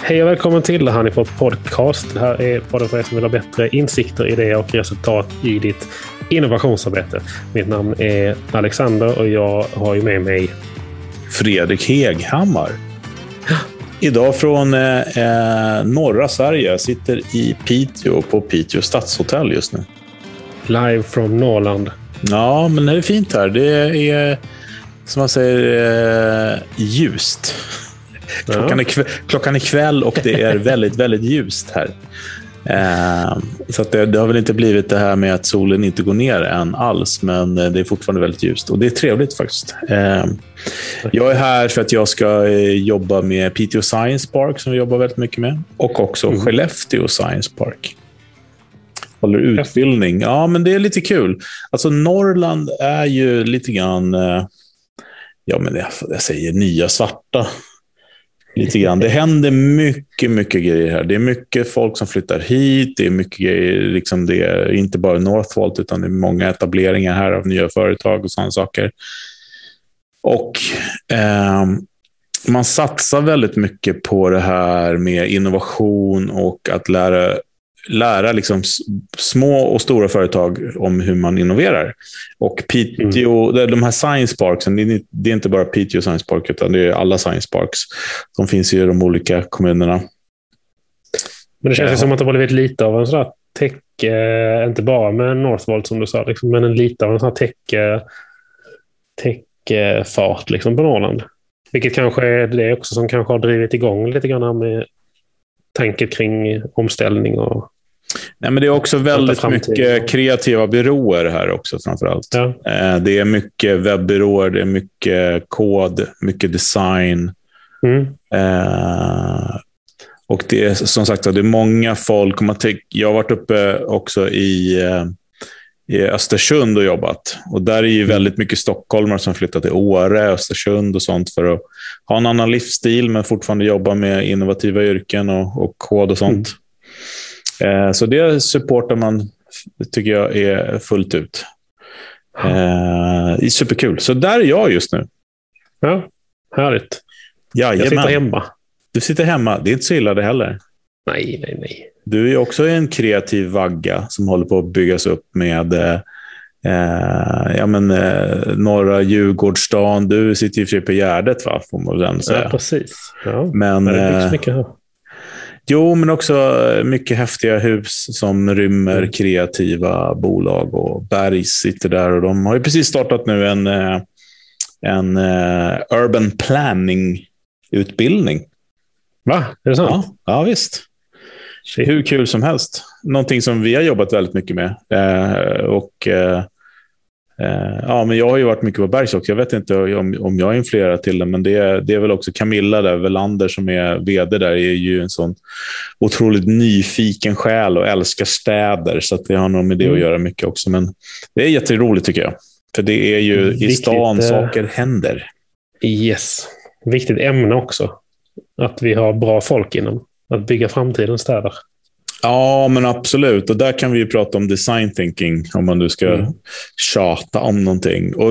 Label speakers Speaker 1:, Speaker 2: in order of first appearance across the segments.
Speaker 1: Hej och välkommen till Honeypot Podcast. Det här är podden för er som vill ha bättre insikter, idéer och resultat i ditt innovationsarbete. Mitt namn är Alexander och jag har ju med mig
Speaker 2: Fredrik Heghammar. Idag från norra Sverige. Jag sitter i Piteå på Piteå stadshotell just nu.
Speaker 1: Live from Norrland.
Speaker 2: Ja, men det är fint här. Det är, som man säger, ljust. Klockan är kväll och det är väldigt, väldigt ljust här. Så att det har väl inte blivit det här med att solen inte går ner än alls, men det är fortfarande väldigt ljust och det är trevligt faktiskt. Jag är här för att jag ska jobba med Piteå Science Park som vi jobbar väldigt mycket med, och också Skellefteå Science Park. Håller utbildning. Ja, men det är lite kul. Alltså Norrland är ju lite grann, ja men jag säger nya svarta. Lite grann. Det händer mycket grejer här. Det är mycket folk som flyttar hit. Det är mycket grejer, liksom det är inte bara Northvolt utan det är många etableringar här av nya företag och sådana saker. Och man satsar väldigt mycket på det här med innovation och att lära liksom små och stora företag om hur man innoverar. Och Piteå, de här science parksen, det är inte bara Piteå Science Park utan det är alla science parks som finns i de olika kommunerna.
Speaker 1: Men det känns som att det har blivit lite av en sån här tech, inte bara med Northvolt som du sa, liksom, men lite av en sån här tech-fart liksom på Norrland. Vilket kanske är det också som kanske har drivit igång lite grann med tanken kring omställning och...
Speaker 2: Nej, men det är också väldigt mycket kreativa byråer här också framförallt. Ja. Det är mycket webbyråer, det är mycket kod, mycket design. Och det är som sagt det är många folk. Jag har varit uppe också i Östersund och jobbat. Och där är ju väldigt mycket stockholmare som flyttar till Åre, Östersund och sånt för att ha en annan livsstil men fortfarande jobba med innovativa yrken och kod och sånt. Så det supportar man, tycker jag, är fullt ut. Det är superkul. Så där är jag just nu.
Speaker 1: Ja, härligt.
Speaker 2: Jag
Speaker 1: sitter hemma.
Speaker 2: Du sitter hemma. Det är inte så illa det heller.
Speaker 1: Nej.
Speaker 2: Du är också en kreativ vagga som håller på att byggas upp med norra Djurgårdsstaden. Du sitter ju fri på Gärdet, va? Får man väl säga.
Speaker 1: Ja, precis. Ja,
Speaker 2: men
Speaker 1: det byggs mycket här.
Speaker 2: Jo, men också mycket häftiga hus som rymmer kreativa bolag, och Bergs sitter där och de har ju precis startat nu en urban planning-utbildning.
Speaker 1: Va? Är det sant?
Speaker 2: Ja, visst.
Speaker 1: Shit.
Speaker 2: Hur kul som helst. Någonting som vi har jobbat väldigt mycket med. Men jag har ju varit mycket på Bergs också. Jag vet inte om jag influerar till det, men det är väl också Camilla där, Velander, som är vd där, är ju en sån otroligt nyfiken själ och älskar städer, så att det har nog med det att göra mycket också. Men det är jätteroligt tycker jag. För det är ju viktigt, i stan saker händer.
Speaker 1: Yes. Viktigt ämne också. Att vi har bra folk inom att bygga framtidens städer.
Speaker 2: Ja, men absolut. Och där kan vi ju prata om design thinking om man nu ska tjata om någonting. Och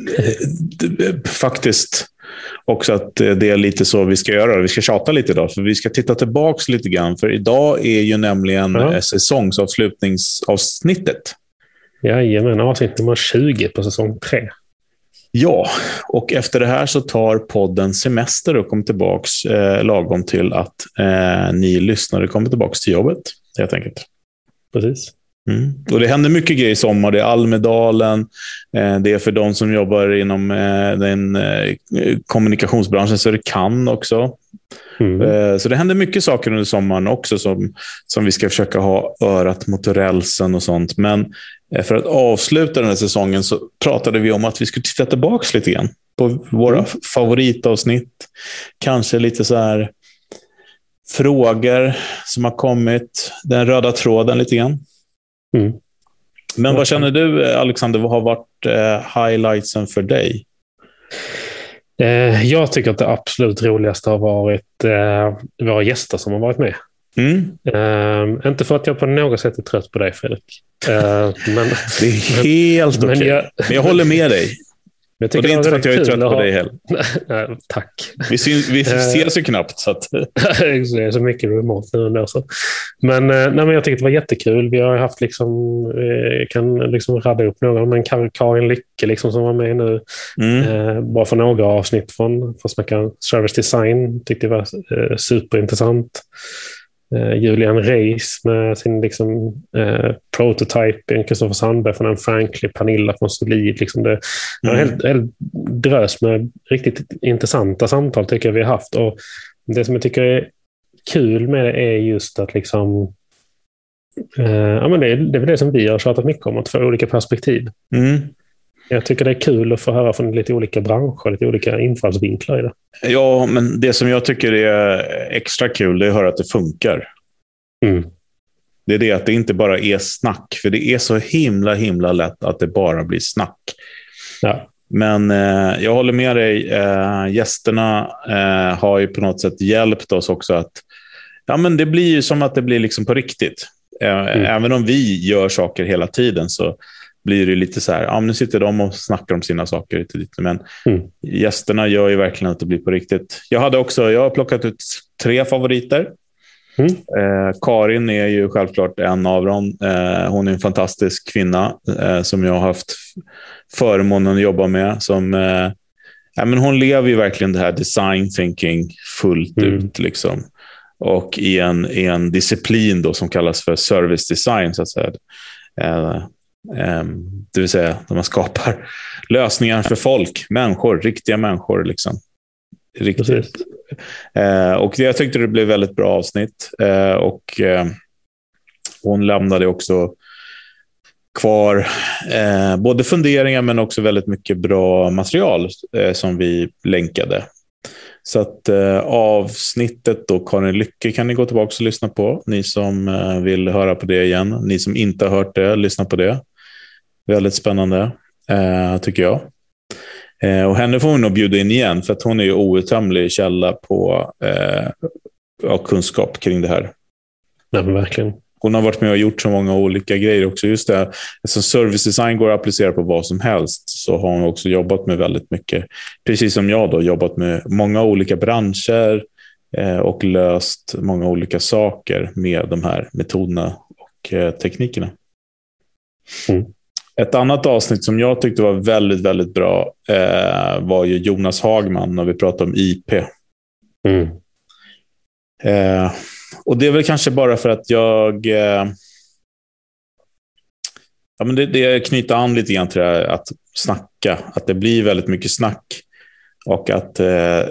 Speaker 2: faktiskt också att det är lite så vi ska göra. Vi ska tjata lite idag, för vi ska titta tillbaks lite grann. För idag är ju nämligen säsongsavslutningsavsnittet.
Speaker 1: Jajamän, avsnitt nummer 20 på säsong 3.
Speaker 2: Ja, och efter det här så tar podden semester och kommer tillbaks lagom till att ni lyssnare kommer tillbaks till jobbet, helt enkelt.
Speaker 1: Precis.
Speaker 2: Och det händer mycket grejer i sommar. Det är Almedalen, det är för de som jobbar inom den kommunikationsbranschen, så det kan också. Så det händer mycket saker under sommaren också som vi ska försöka ha örat mot rälsen och sånt. Men för att avsluta den här säsongen så pratade vi om att vi skulle titta tillbaka lite grann på våra favoritavsnitt. Kanske lite så här frågor som har kommit, den röda tråden lite grann. Men vad känner du, Alexander, vad har varit highlightsen för dig?
Speaker 1: Jag tycker att det absolut roligaste har varit våra gäster som har varit med. Inte för att jag på något sätt är trött på dig, Fredrik.
Speaker 2: Men det är helt okej. Men jag håller med dig.
Speaker 1: Jag tycker
Speaker 2: och det är inte för att jag är trött på dig heller.
Speaker 1: Tack.
Speaker 2: Vi ses ju knappt. Så att...
Speaker 1: det är så mycket remote nu ändå. Så. Men jag tyckte det var jättekul. Vi har haft kan liksom radda upp några. Men Karin Lycke liksom, som var med nu. Bara för några avsnitt för att snacka service design. Tyckte det var superintressant. Julian Reis med sin liksom, prototype, Kristoffer Sandberg från en Frankly, Pernilla från Solid. Liksom det är helt drös med riktigt intressanta samtal tycker jag vi har haft. Och det som jag tycker är kul med det är just att liksom, men det är väl det som vi har tjatat mycket om, att få olika perspektiv. Jag tycker det är kul att få höra från lite olika branscher, lite olika infallsvinklar i det.
Speaker 2: Ja, men det som jag tycker är extra kul, det är att höra att det funkar. Det är det att det inte bara är snack, för det är så himla lätt att det bara blir snack.
Speaker 1: Ja.
Speaker 2: Men jag håller med dig. Gästerna har ju på något sätt hjälpt oss också att men det blir ju som att det blir liksom på riktigt. Även om vi gör saker hela tiden så blir det lite så här, nu sitter de och snackar om sina saker lite. Men gästerna gör ju verkligen att det blir på riktigt. Jag har plockat ut 3 favoriter. Karin är ju självklart en av dem. Hon är en fantastisk kvinna som jag har haft förmånen att jobba med. Men hon lever ju verkligen det här design thinking fullt ut liksom. Och i en disciplin då som kallas för service design så att säga. Det vill säga när man skapar lösningar för folk, människor, riktiga människor liksom. Riktigt. Och jag tyckte det blev väldigt bra avsnitt. Och hon lämnade också kvar både funderingar men också väldigt mycket bra material som vi länkade. Så att avsnittet då, Karin Lycke, kan ni gå tillbaka och lyssna på. Ni som vill höra på det igen. Ni som inte har hört det, lyssna på det. Väldigt spännande, tycker jag. Och henne får vi nog bjuda in igen, för att hon är ju outtömlig källa på kunskap kring det här.
Speaker 1: Ja, men verkligen.
Speaker 2: Hon har varit med och gjort så många olika grejer också. Just det, som service design går att applicera på vad som helst, så har hon också jobbat med väldigt mycket, precis som jag då, jobbat med många olika branscher och löst många olika saker med de här metoderna och teknikerna. Ett annat avsnitt som jag tyckte var väldigt, väldigt bra var ju Jonas Hagman när vi pratade om IP. Och det är väl kanske bara för att jag men det knyter an lite grann till det, att snacka, att det blir väldigt mycket snack och att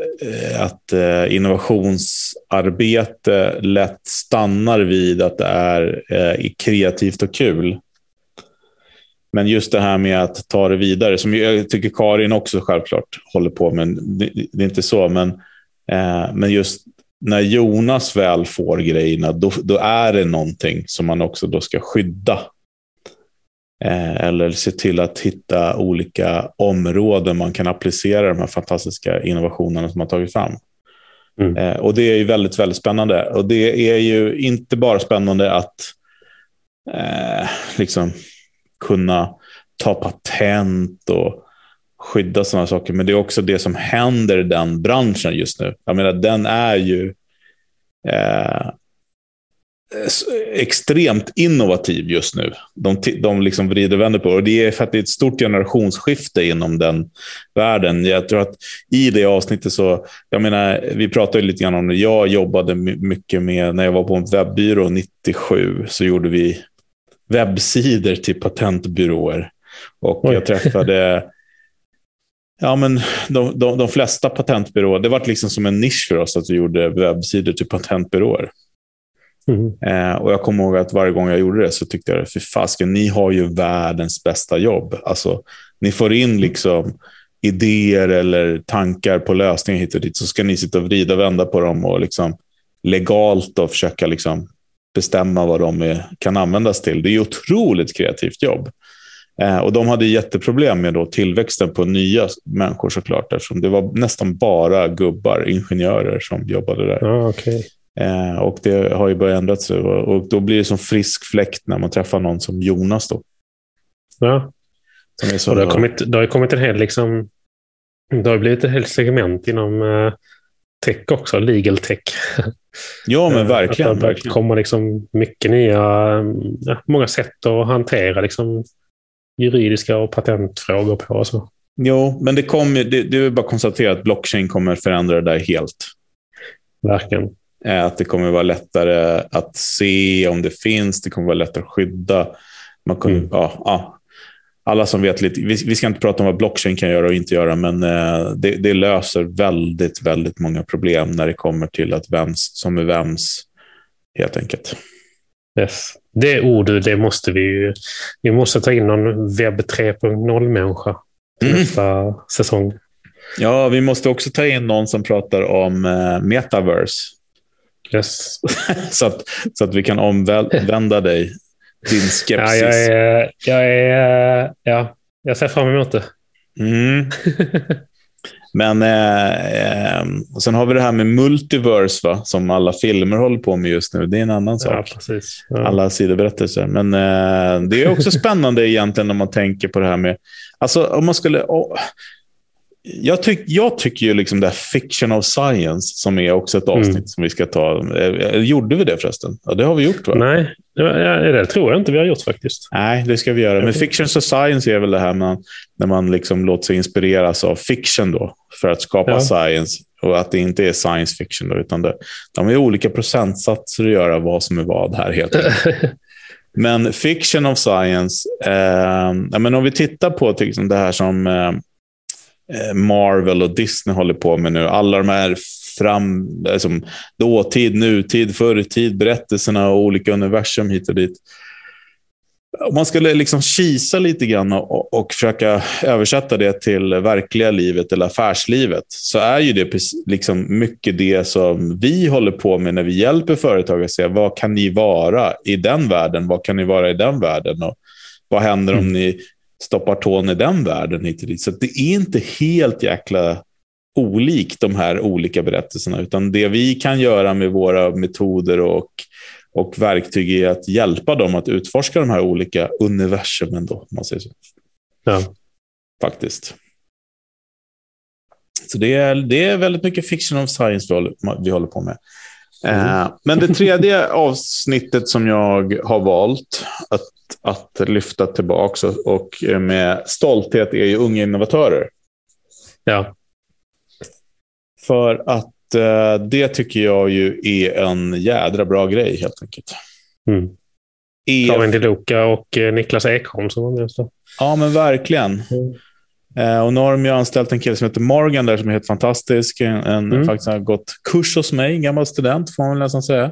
Speaker 2: innovationsarbete lätt stannar vid att det är kreativt och kul. Men just det här med att ta det vidare, som jag tycker Karin också självklart håller på med, det är inte så, men just när Jonas väl får grejerna, då är det någonting som man också då ska skydda. Eller se till att hitta olika områden man kan applicera de här fantastiska innovationerna som man tagit fram. Och det är ju väldigt, väldigt spännande. Och det är ju inte bara spännande att liksom kunna ta patent och skydda sådana saker, men det är också det som händer i den branschen just nu. Jag menar, den är ju extremt innovativ just nu. De liksom vrider och vänder på, och det är för att det är ett stort generationsskifte inom den världen. Jag tror att i det avsnittet så, jag menar, vi pratade lite grann om det. Jag jobbade mycket med, när jag var på en webbyrå 97, så gjorde vi webbsidor till patentbyråer. Och jag träffade de flesta patentbyråer. Det var liksom som en nisch för oss att vi gjorde webbsidor till patentbyråer. Och jag kommer ihåg att varje gång jag gjorde det så tyckte jag, för fasken, ni har ju världens bästa jobb. Alltså, ni får in liksom idéer eller tankar på lösningar hit och dit, så ska ni sitta och vrida och vända på dem och liksom legalt och försöka liksom bestämma vad de kan användas till. Det är ju otroligt kreativt jobb. Och de hade jätteproblem med då tillväxten på nya människor såklart, eftersom det var nästan bara gubbar, ingenjörer som jobbade där.
Speaker 1: Okay.
Speaker 2: Och det har ju börjat ändras sig, och då blir det som frisk fläkt när man träffar någon som Jonas då.
Speaker 1: Ja. Som är så, och det har kommit en hel liksom Det har blivit ett helt segment inom tech också, legal tech.
Speaker 2: Ja, men verkligen.
Speaker 1: Att det kommer liksom mycket nya, många sätt att hantera liksom juridiska och patentfrågor på. Och så.
Speaker 2: Jo, men det är bara att konstatera att blockchain kommer förändra det där helt.
Speaker 1: Verkligen.
Speaker 2: Att det kommer vara lättare att se om det finns, det kommer vara lättare att skydda. Man kommer, alla som vet lite, vi ska inte prata om vad blockchain kan göra och inte göra, men det löser väldigt, väldigt många problem när det kommer till att vems som är vems, helt enkelt.
Speaker 1: Yes. Det ordet, det måste vi måste ta in någon webb 3.0-människa till nästa säsong.
Speaker 2: Ja, vi måste också ta in någon som pratar om metaverse.
Speaker 1: Yes.
Speaker 2: så att vi kan omvända dig, din skepsis.
Speaker 1: Jag ser fram emot det.
Speaker 2: Men sen har vi det här med multiverse, va? Som alla filmer håller på med just nu. Det är en annan sak.
Speaker 1: Precis. Ja.
Speaker 2: Alla sidoberättelser. Men det är också spännande egentligen när man tänker på det här med... Alltså om man skulle... Jag tycker ju liksom det här fiction of science som är också ett avsnitt som vi ska ta. Gjorde vi det förresten? Ja, det har vi gjort, va?
Speaker 1: Nej, det tror jag inte vi har gjort faktiskt.
Speaker 2: Nej, det ska vi göra. Men fiction of science är väl det här när man liksom låter sig inspireras av fiction då för att skapa science. Och att det inte är science fiction då, utan de är olika procentsatser att göra vad som är vad här helt enkelt. Men fiction of science, men om vi tittar på liksom det här som Marvel och Disney håller på med nu, alla de här liksom, dåtid, nutid, förr i tid, berättelserna och olika universum hit och dit. Om man skulle liksom kisa lite grann och försöka översätta det till verkliga livet eller affärslivet, så är ju det liksom mycket det som vi håller på med när vi hjälper företag att säga, vad kan ni vara i den världen, vad kan ni vara i den världen och vad händer om ni stoppar tån i den världen hit och dit. Så det är inte helt jäkla olikt de här olika berättelserna, utan det vi kan göra med våra metoder och verktyg är att hjälpa dem att utforska de här olika universumen då, om man säger så.
Speaker 1: Ja.
Speaker 2: Faktiskt. Så det är väldigt mycket fiction of science vi håller på med. Men det tredje avsnittet som jag har valt att lyfta tillbaka och med stolthet är ju unga innovatörer.
Speaker 1: Ja.
Speaker 2: För att det tycker jag ju är en jädra bra grej helt enkelt.
Speaker 1: Karin DeLuca och Niklas Ekholm som var med.
Speaker 2: Ja, men verkligen. Och nu har de ju anställt en kille som heter Morgan där som är helt fantastisk. Faktiskt har gått kurs hos mig, gammal student får man väl nästan säga.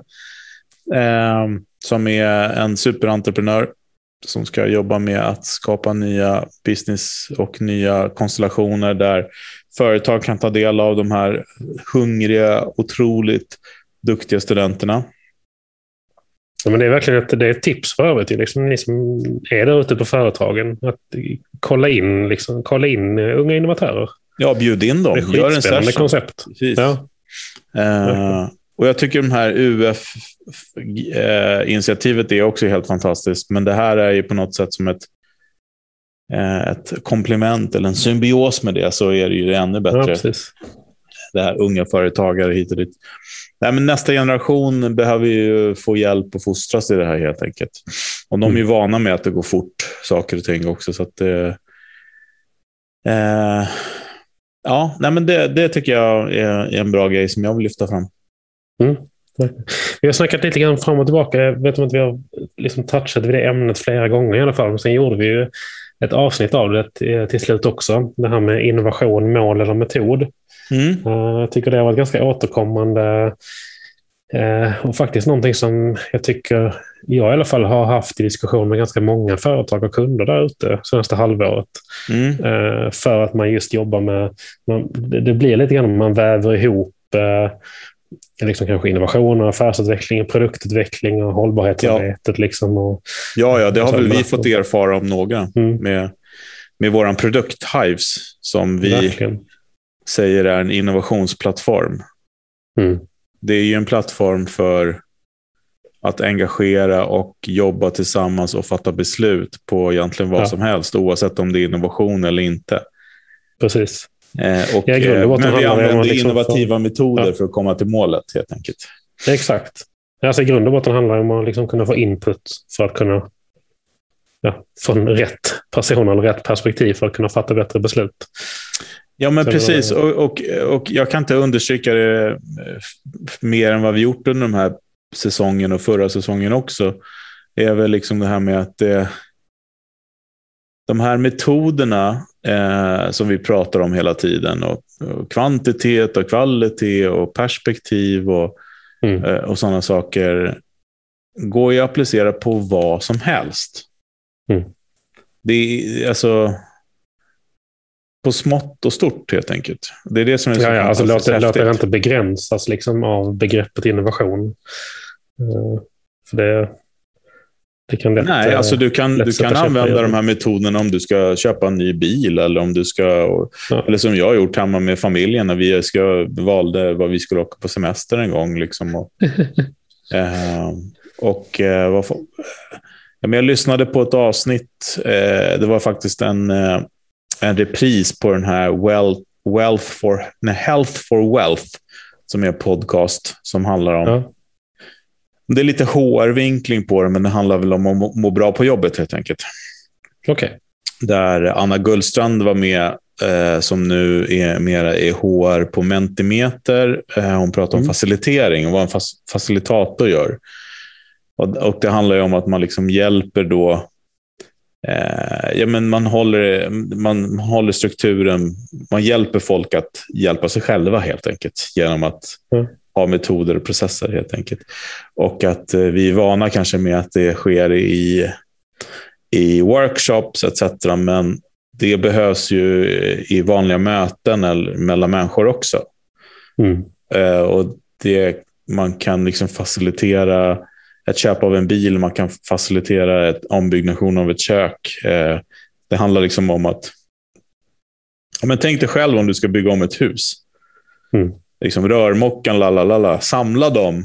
Speaker 2: Som är en superentreprenör som ska jobba med att skapa nya business och nya konstellationer där företag kan ta del av de här hungriga, otroligt duktiga studenterna.
Speaker 1: Ja, men det är verkligen ett tips för övrigt till liksom, ni som är där ute på företagen att kolla in unga innovatörer.
Speaker 2: Ja, bjud in dem.
Speaker 1: Det är ett skitspännande koncept. Ja.
Speaker 2: Och jag tycker de här UF-initiativet är också helt fantastiskt. Men det här är ju på något sätt som ett komplement eller en symbios med det, så är det ju ännu bättre.
Speaker 1: Ja, precis.
Speaker 2: Det här unga företagare hit och dit. Nej, men nästa generation behöver ju få hjälp och fostras i det här helt enkelt. Och de är ju vana med att det går fort, saker och ting också. Så att men det tycker jag är en bra grej som jag vill lyfta fram.
Speaker 1: Vi har snackat lite grann fram och tillbaka. Jag vet inte att vi har liksom touchat vid det ämnet flera gånger i alla fall. Men sen gjorde vi ju ett avsnitt av det till slut också. Det här med innovation, mål eller metod. Jag tycker det har varit ganska återkommande och faktiskt någonting som jag tycker jag i alla fall har haft i diskussion med ganska många företag och kunder där ute senaste halvåret. För att man just jobbar med det blir lite grann man väver ihop liksom kanske innovation och affärsutveckling, produktutveckling och hållbarhetsarbetet. Liksom och
Speaker 2: det har väl vi fått erfara om några med våran produkt Hives som vi verkligen säger är en innovationsplattform. Det är ju en plattform för att engagera och jobba tillsammans och fatta beslut på egentligen vad som helst, oavsett om det är innovation eller inte.
Speaker 1: Precis.
Speaker 2: Men vi använder innovativa metoder för att komma till målet, helt enkelt.
Speaker 1: Exakt. Alltså, i grund och botten handlar det om att liksom kunna få input för att kunna från rätt person eller rätt perspektiv för att kunna fatta bättre beslut.
Speaker 2: Ja, men precis. Och jag kan inte understryka det mer än vad vi gjort under de här säsongen och förra säsongen också. Det är väl liksom det här med att de här metoderna som vi pratar om hela tiden, och kvantitet och kvalitet och perspektiv och sådana saker, går ju att applicera på vad som helst. Det är alltså på smått och stort, helt enkelt. Det är det som är så
Speaker 1: alltså låter det inte begränsas liksom av begreppet innovation. För det kan lätt,
Speaker 2: nej, alltså du kan använda de här metoderna om du ska köpa en ny bil, eller om du ska eller som jag har gjort hemma med familjen när vi valde vad vi skulle åka på semester en gång liksom, jag lyssnade på ett avsnitt, det var faktiskt en repris på den här Health for Wealth, som är en podcast som handlar om det är lite HR-vinkling på det, men det handlar väl om att må bra på jobbet, helt enkelt.
Speaker 1: Okay.
Speaker 2: Där Anna Gullstrand var med, som nu är mera i HR på Mentimeter. Hon pratar om facilitering och vad en facilitator gör. Och det handlar ju om att man liksom hjälper då, men man håller strukturen, man hjälper folk att hjälpa sig själva, helt enkelt, genom att ha metoder och processer, helt enkelt. Och att vi är vana kanske med att det sker i workshops etc. Men det behövs ju i vanliga möten eller mellan människor också. Och man kan liksom facilitera ett köp av en bil, man kan facilitera ett ombyggnation av ett kök. Det handlar liksom om att men tänk dig själv om du ska bygga om ett hus. Liksom rörmockan, samla dem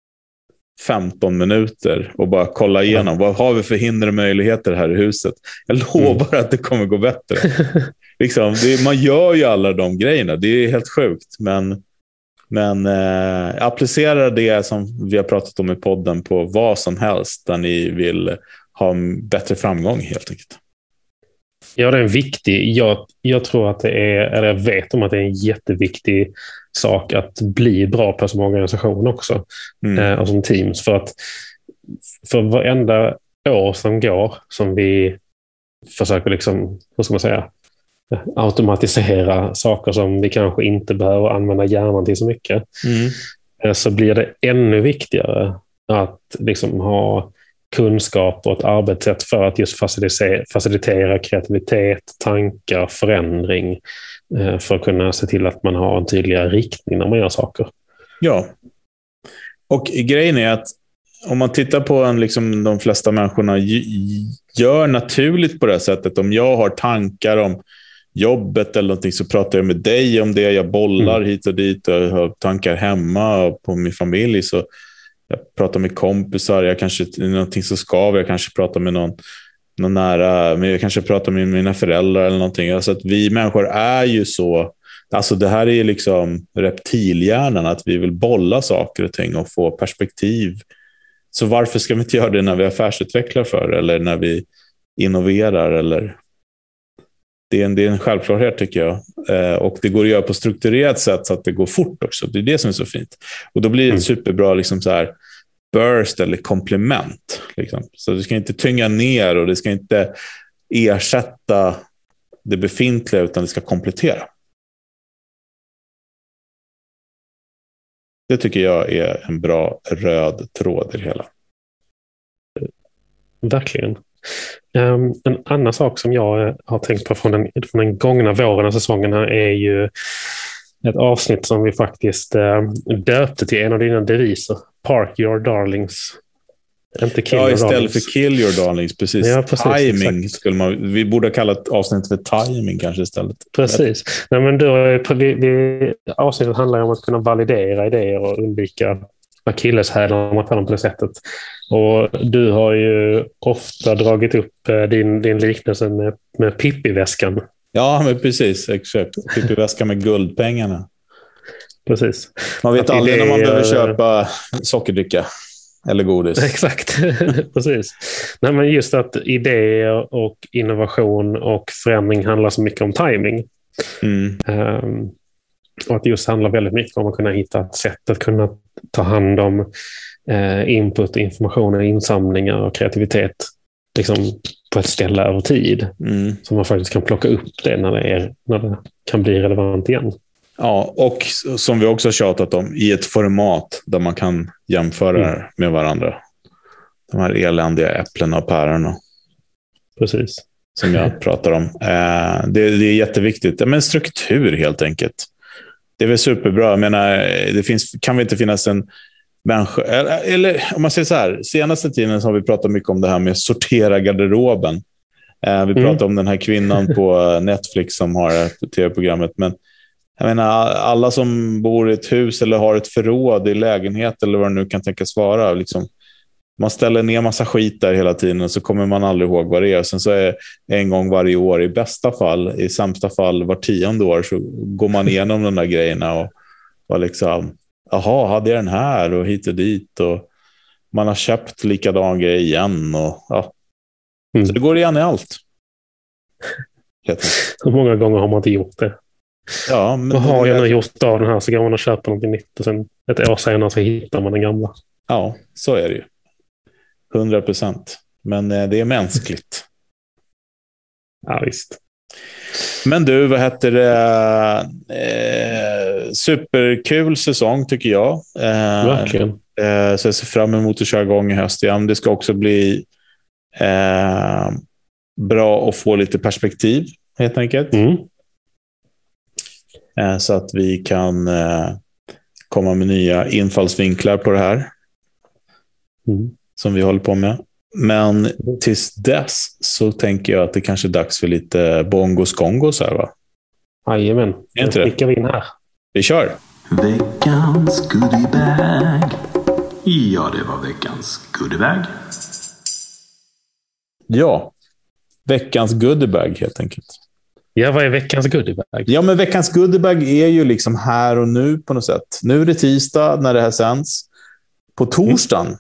Speaker 2: 15 minuter och bara kolla igenom vad har vi för hinder och möjligheter här i huset. Jag lovar att det kommer gå bättre. Liksom, man gör ju alla de grejerna, det är helt sjukt, men applicera det som vi har pratat om i podden på vad som helst där ni vill ha en bättre framgång, helt enkelt.
Speaker 1: Ja, det är en viktig. Jag tror att det är, eller jag vet om att det är en jätteviktig sak att bli bra på som organisation också. Och som teams. För varenda år som går som vi försöker liksom, hur ska man säga, automatisera saker som vi kanske inte behöver använda hjärnan till så mycket, så blir det ännu viktigare att liksom ha kunskap och ett arbetssätt för att just facilitera kreativitet, tankar, förändring, för att kunna se till att man har en tydligare riktning när man gör saker. Ja,
Speaker 2: och grejen är att om man tittar på liksom de flesta människorna gör naturligt på det sättet. Om jag har tankar om jobbet eller någonting, så pratar jag med dig om det. Jag bollar hit och dit och har tankar hemma och på min familj, så jag pratar med kompisar, jag kanske någonting så skaver, jag kanske pratar med någon nära, men jag kanske pratar med mina föräldrar eller någonting. Alltså att vi människor är ju så, alltså det här är liksom reptilhjärnan, att vi vill bolla saker och ting och få perspektiv. Så varför ska vi inte göra det när vi affärsutvecklar för, eller när vi innoverar, eller det är en självklarhet, tycker jag. Och det går att göra på strukturerat sätt så att det går fort också. Det är det som är så fint. Och då blir det superbra liksom så här burst eller komplement. Liksom. Så det ska inte tynga ner och det ska inte ersätta det befintliga, utan det ska komplettera. Det tycker jag är en bra röd tråd i det hela.
Speaker 1: Verkligen. En annan sak som jag har tänkt på från den gångna våren och säsongen här är ju ett avsnitt som vi faktiskt döpte till en av dina deviser. Park your darlings. Inte kill your
Speaker 2: istället
Speaker 1: darlings.
Speaker 2: För kill your darlings. Precis.
Speaker 1: Ja, precis,
Speaker 2: timing skulle vi borde ha kallat avsnittet för timing kanske istället.
Speaker 1: Precis. Nej, men avsnittet handlar om att kunna validera idéer och undvika akilleshälarna på dem på det sättet. Och du har ju ofta dragit upp din liknelse med Pippi-väskan.
Speaker 2: Ja, men precis. Exakt. Typ i väska med guldpengarna.
Speaker 1: Precis.
Speaker 2: Man vet aldrig när man behöver köpa sockerdricka eller godis.
Speaker 1: Exakt, precis. Nej, men just att idéer och innovation och förändring handlar så mycket om timing. Och att det just handlar väldigt mycket om att kunna hitta ett sätt att kunna ta hand om input, information, insamlingar och kreativitet liksom på ett ställe över tid. Så man faktiskt kan plocka upp det när det kan bli relevant igen.
Speaker 2: Ja, och som vi också har tjatat om, i ett format där man kan jämföra med varandra. De här eländiga äpplen och päron. Precis. Som jag pratar om. Det är jätteviktigt. Men struktur helt enkelt. Det är väl superbra. Jag menar, kan vi inte finnas en människa... Eller om man säger så här, senaste tiden så har vi pratat mycket om det här med att sortera garderoben. Vi pratar om den här kvinnan på Netflix som har tv-programmet, men jag menar, alla som bor i ett hus eller har ett förråd i lägenhet eller vad det nu kan tänkas vara, liksom, man ställer ner massa skit där hela tiden och så kommer man aldrig ihåg vad det är. Sen så är en gång varje år, i bästa fall, i sämsta fall var 10:e år, så går man igenom de där grejerna och liksom, jaha, hade jag den här och hit och dit, och man har köpt likadan grej igen och ja. Så det går igen i allt.
Speaker 1: Så många gånger har man inte gjort det.
Speaker 2: Ja, men
Speaker 1: vad har jag nu gjort av den här, så går man och köper något nytt och sen ett år senare så hittar man den gamla.
Speaker 2: Ja, så är det ju. 100%. Men det är mänskligt.
Speaker 1: Ja, visst.
Speaker 2: Men du, vad heter det? Superkul säsong tycker jag.
Speaker 1: Verkligen.
Speaker 2: Så jag ser fram emot att köra igång i höst igen. Det ska också bli bra att få lite perspektiv, helt enkelt. Så att vi kan komma med nya infallsvinklar på det här. Som vi håller på med. Men tills dess så tänker jag att det kanske är dags för lite bongos-gongos här, va?
Speaker 1: Jajamän.
Speaker 2: Är inte det?
Speaker 1: Klickar vi in här.
Speaker 2: Vi kör.
Speaker 3: Veckans goodiebag. Ja, det var veckans goodiebag.
Speaker 2: Ja, veckans goodiebag helt enkelt.
Speaker 1: Ja, vad är veckans goodiebag?
Speaker 2: Ja, men veckans goodiebag är ju liksom här och nu på något sätt. Nu är det tisdag när det här sänds. På torsdagen,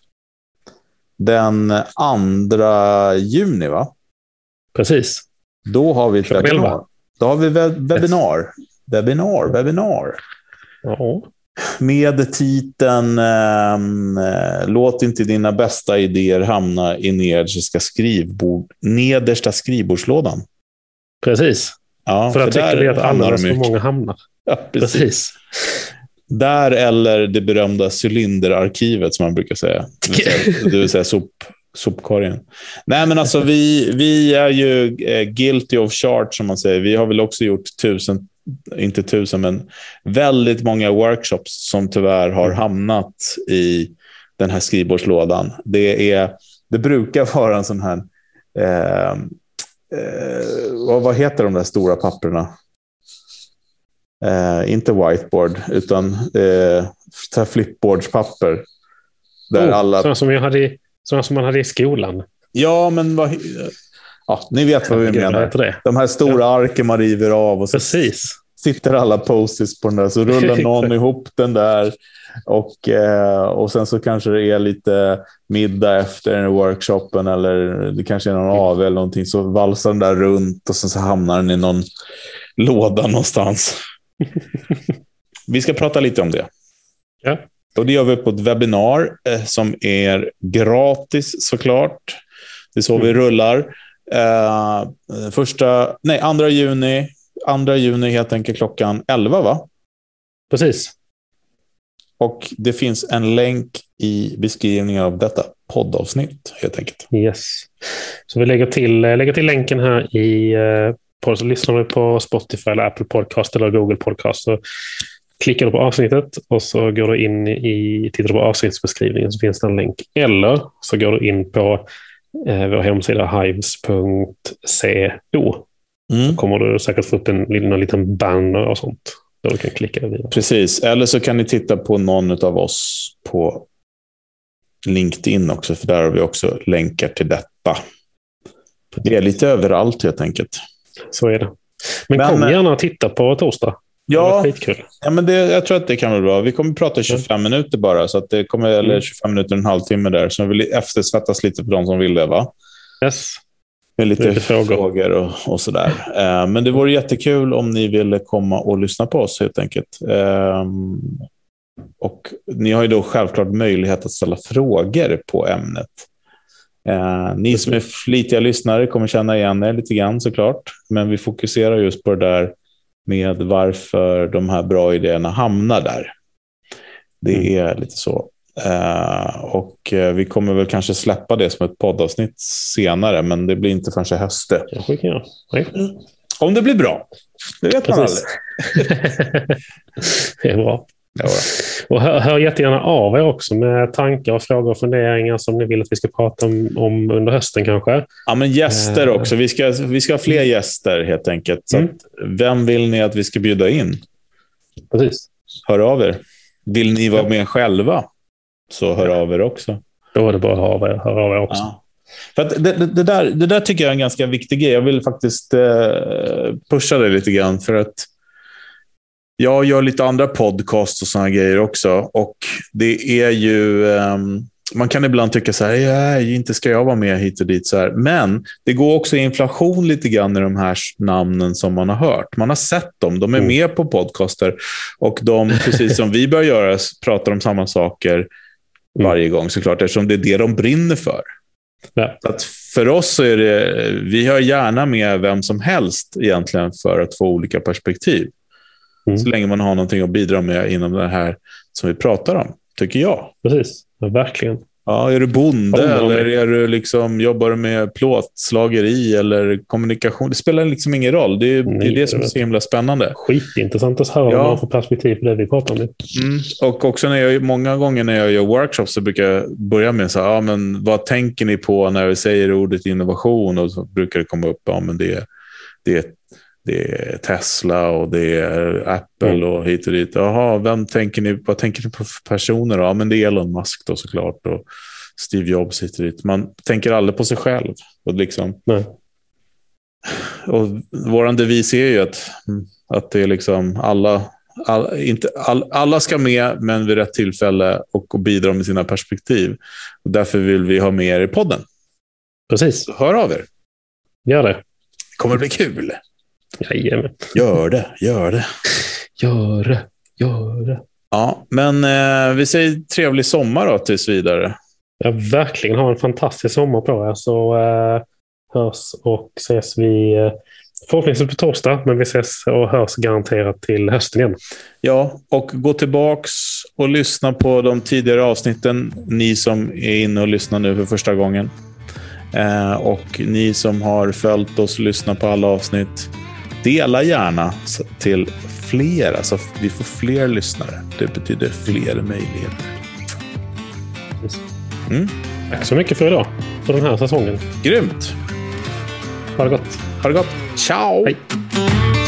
Speaker 2: den 2 juni, va?
Speaker 1: Precis.
Speaker 2: Då har vi ett webinar. Då har vi webinar. Webinar.
Speaker 1: Ja.
Speaker 2: Med titeln Låt inte dina bästa idéer hamna i nedersta skrivbordslådan.
Speaker 1: Precis.
Speaker 2: Ja,
Speaker 1: för att tycker vi att alldeles för många hamnar.
Speaker 2: Ja, precis. Där eller det berömda cylinderarkivet som man brukar säga. Det vill säga sopkorgen. Nej, men alltså vi är ju guilty of charge, som man säger. Vi har väl också gjort inte 1000, men väldigt många workshops som tyvärr har hamnat i den här skrivbordslådan. Det brukar vara en sån här vad heter de där stora papperna? Inte whiteboard, utan flipboardspapper. Där alla... Sådana som man hade i skolan. Ja, men ni vet vad vi menar. De här stora arken man river av och så sitter alla post-its på den där, så rullar någon ihop den där och sen så kanske det är lite middag efter workshopen, eller det kanske är någon av eller någonting, så valsar den där runt och sen så hamnar den i någon låda någonstans. Vi ska prata lite om det.
Speaker 1: Ja.
Speaker 2: Och det gör vi på ett webinar som är gratis såklart. Det är så vi rullar. 2 juni helt enkelt klockan 11, va?
Speaker 1: Precis.
Speaker 2: Och det finns en länk i beskrivningen av detta poddavsnitt helt enkelt.
Speaker 1: Yes. Så vi lägger till länken här i så lyssnar du på Spotify eller Apple Podcast eller Google Podcast, så klickar du på avsnittet och så går du in tittar du på avsnittsbeskrivningen, så finns det en länk. Eller så går du in på vår hemsida hives.co. Så kommer du säkert få upp en liten banner och sånt där du kan klicka vidare.
Speaker 2: Precis, eller så kan ni titta på någon av oss på LinkedIn också, för där har vi också länkar till detta. Det är lite överallt helt enkelt.
Speaker 1: Så är det. Men kom gärna och titta på torsdag.
Speaker 2: Ja, men jag tror att det kan vara bra. Vi kommer prata 25 minuter bara, så att det kommer, eller 25 minuter, en halvtimme där. Så jag vill eftersvettas lite på de som vill det, va?
Speaker 1: Yes.
Speaker 2: Med lite frågor och sådär. Men det vore jättekul om ni ville komma och lyssna på oss helt enkelt. Och ni har ju då självklart möjlighet att ställa frågor på ämnet. Ni som är flitiga lyssnare kommer känna igen er lite grann såklart. Men vi fokuserar just på det där med varför de här bra idéerna hamnar där. Det är lite så. Och vi kommer väl kanske släppa det som ett poddavsnitt senare, men det blir inte förrän i hösten. Om det blir bra. Det vet man aldrig.
Speaker 1: Det är bra.
Speaker 2: Ja.
Speaker 1: Och hör jättegärna av er också med tankar och frågor och funderingar som ni vill att vi ska prata om under hösten kanske.
Speaker 2: Ja, men gäster också. Vi ska ha fler gäster helt enkelt. Så att, vem vill ni att vi ska bjuda in?
Speaker 1: Precis.
Speaker 2: Hör av er. Vill ni vara med själva? Så hör av er också.
Speaker 1: Då är det bara att höra av er också. Ja.
Speaker 2: För att det där tycker jag är en ganska viktig grej. Jag vill faktiskt pusha det lite grann, för att jag gör lite andra podcasts och såna grejer också. Och det är ju... man kan ibland tycka så här, inte ska jag vara med hit och dit så här. Men det går också inflation lite grann i de här namnen som man har hört. Man har sett dem, de är med på podcaster. Och de, precis som vi bör göra, pratar om samma saker varje gång såklart. Eftersom det är det de brinner för. Ja. Så att för oss så är det, vi har gärna med vem som helst egentligen för att få olika perspektiv. Så länge man har någonting att bidra med inom det här som vi pratar om, tycker jag.
Speaker 1: Precis, ja, verkligen.
Speaker 2: Ja, är du bonde eller är du liksom, jobbar du med plåtslageri eller kommunikation? Det spelar liksom ingen roll. Det är det som är så himla spännande.
Speaker 1: Skitintressant att höra vad man får perspektiv på det vi pratar om.
Speaker 2: Och också många gånger när jag gör workshops så brukar jag börja med så här, men vad tänker ni på när vi säger ordet innovation? Och så brukar det komma upp, men det är Tesla och det är Apple och hit och dit. Jaha, vad tänker ni på för personer då? Ja, men det är Elon Musk då såklart och Steve Jobs hit och dit. Man tänker aldrig på sig själv. Och liksom. Nej. Och våran devis är ju att det är liksom alla ska med, men vid rätt tillfälle och bidra med sina perspektiv. Och därför vill vi ha med er i podden.
Speaker 1: Precis.
Speaker 2: Så hör av er.
Speaker 1: Gör det.
Speaker 2: Det kommer bli kul.
Speaker 1: Jajamän.
Speaker 2: Gör det.
Speaker 1: Gör det.
Speaker 2: Ja, men vi säger trevlig sommar då tills vidare.
Speaker 1: Jag verkligen har en fantastisk sommar på er, så hörs och ses vi förhoppningsvis på torsdag, men vi ses och hörs garanterat till hösten igen.
Speaker 2: Ja, och gå tillbaks och lyssna på de tidigare avsnitten, ni som är inne och lyssnar nu för första gången. Och ni som har följt oss och lyssnat på alla avsnitt, dela gärna till fler, alltså vi får fler lyssnare. Det betyder fler möjligheter.
Speaker 1: Tack så mycket för idag, för den här säsongen.
Speaker 2: Grymt.
Speaker 1: Ha det gott.
Speaker 2: Ciao.
Speaker 1: Hej.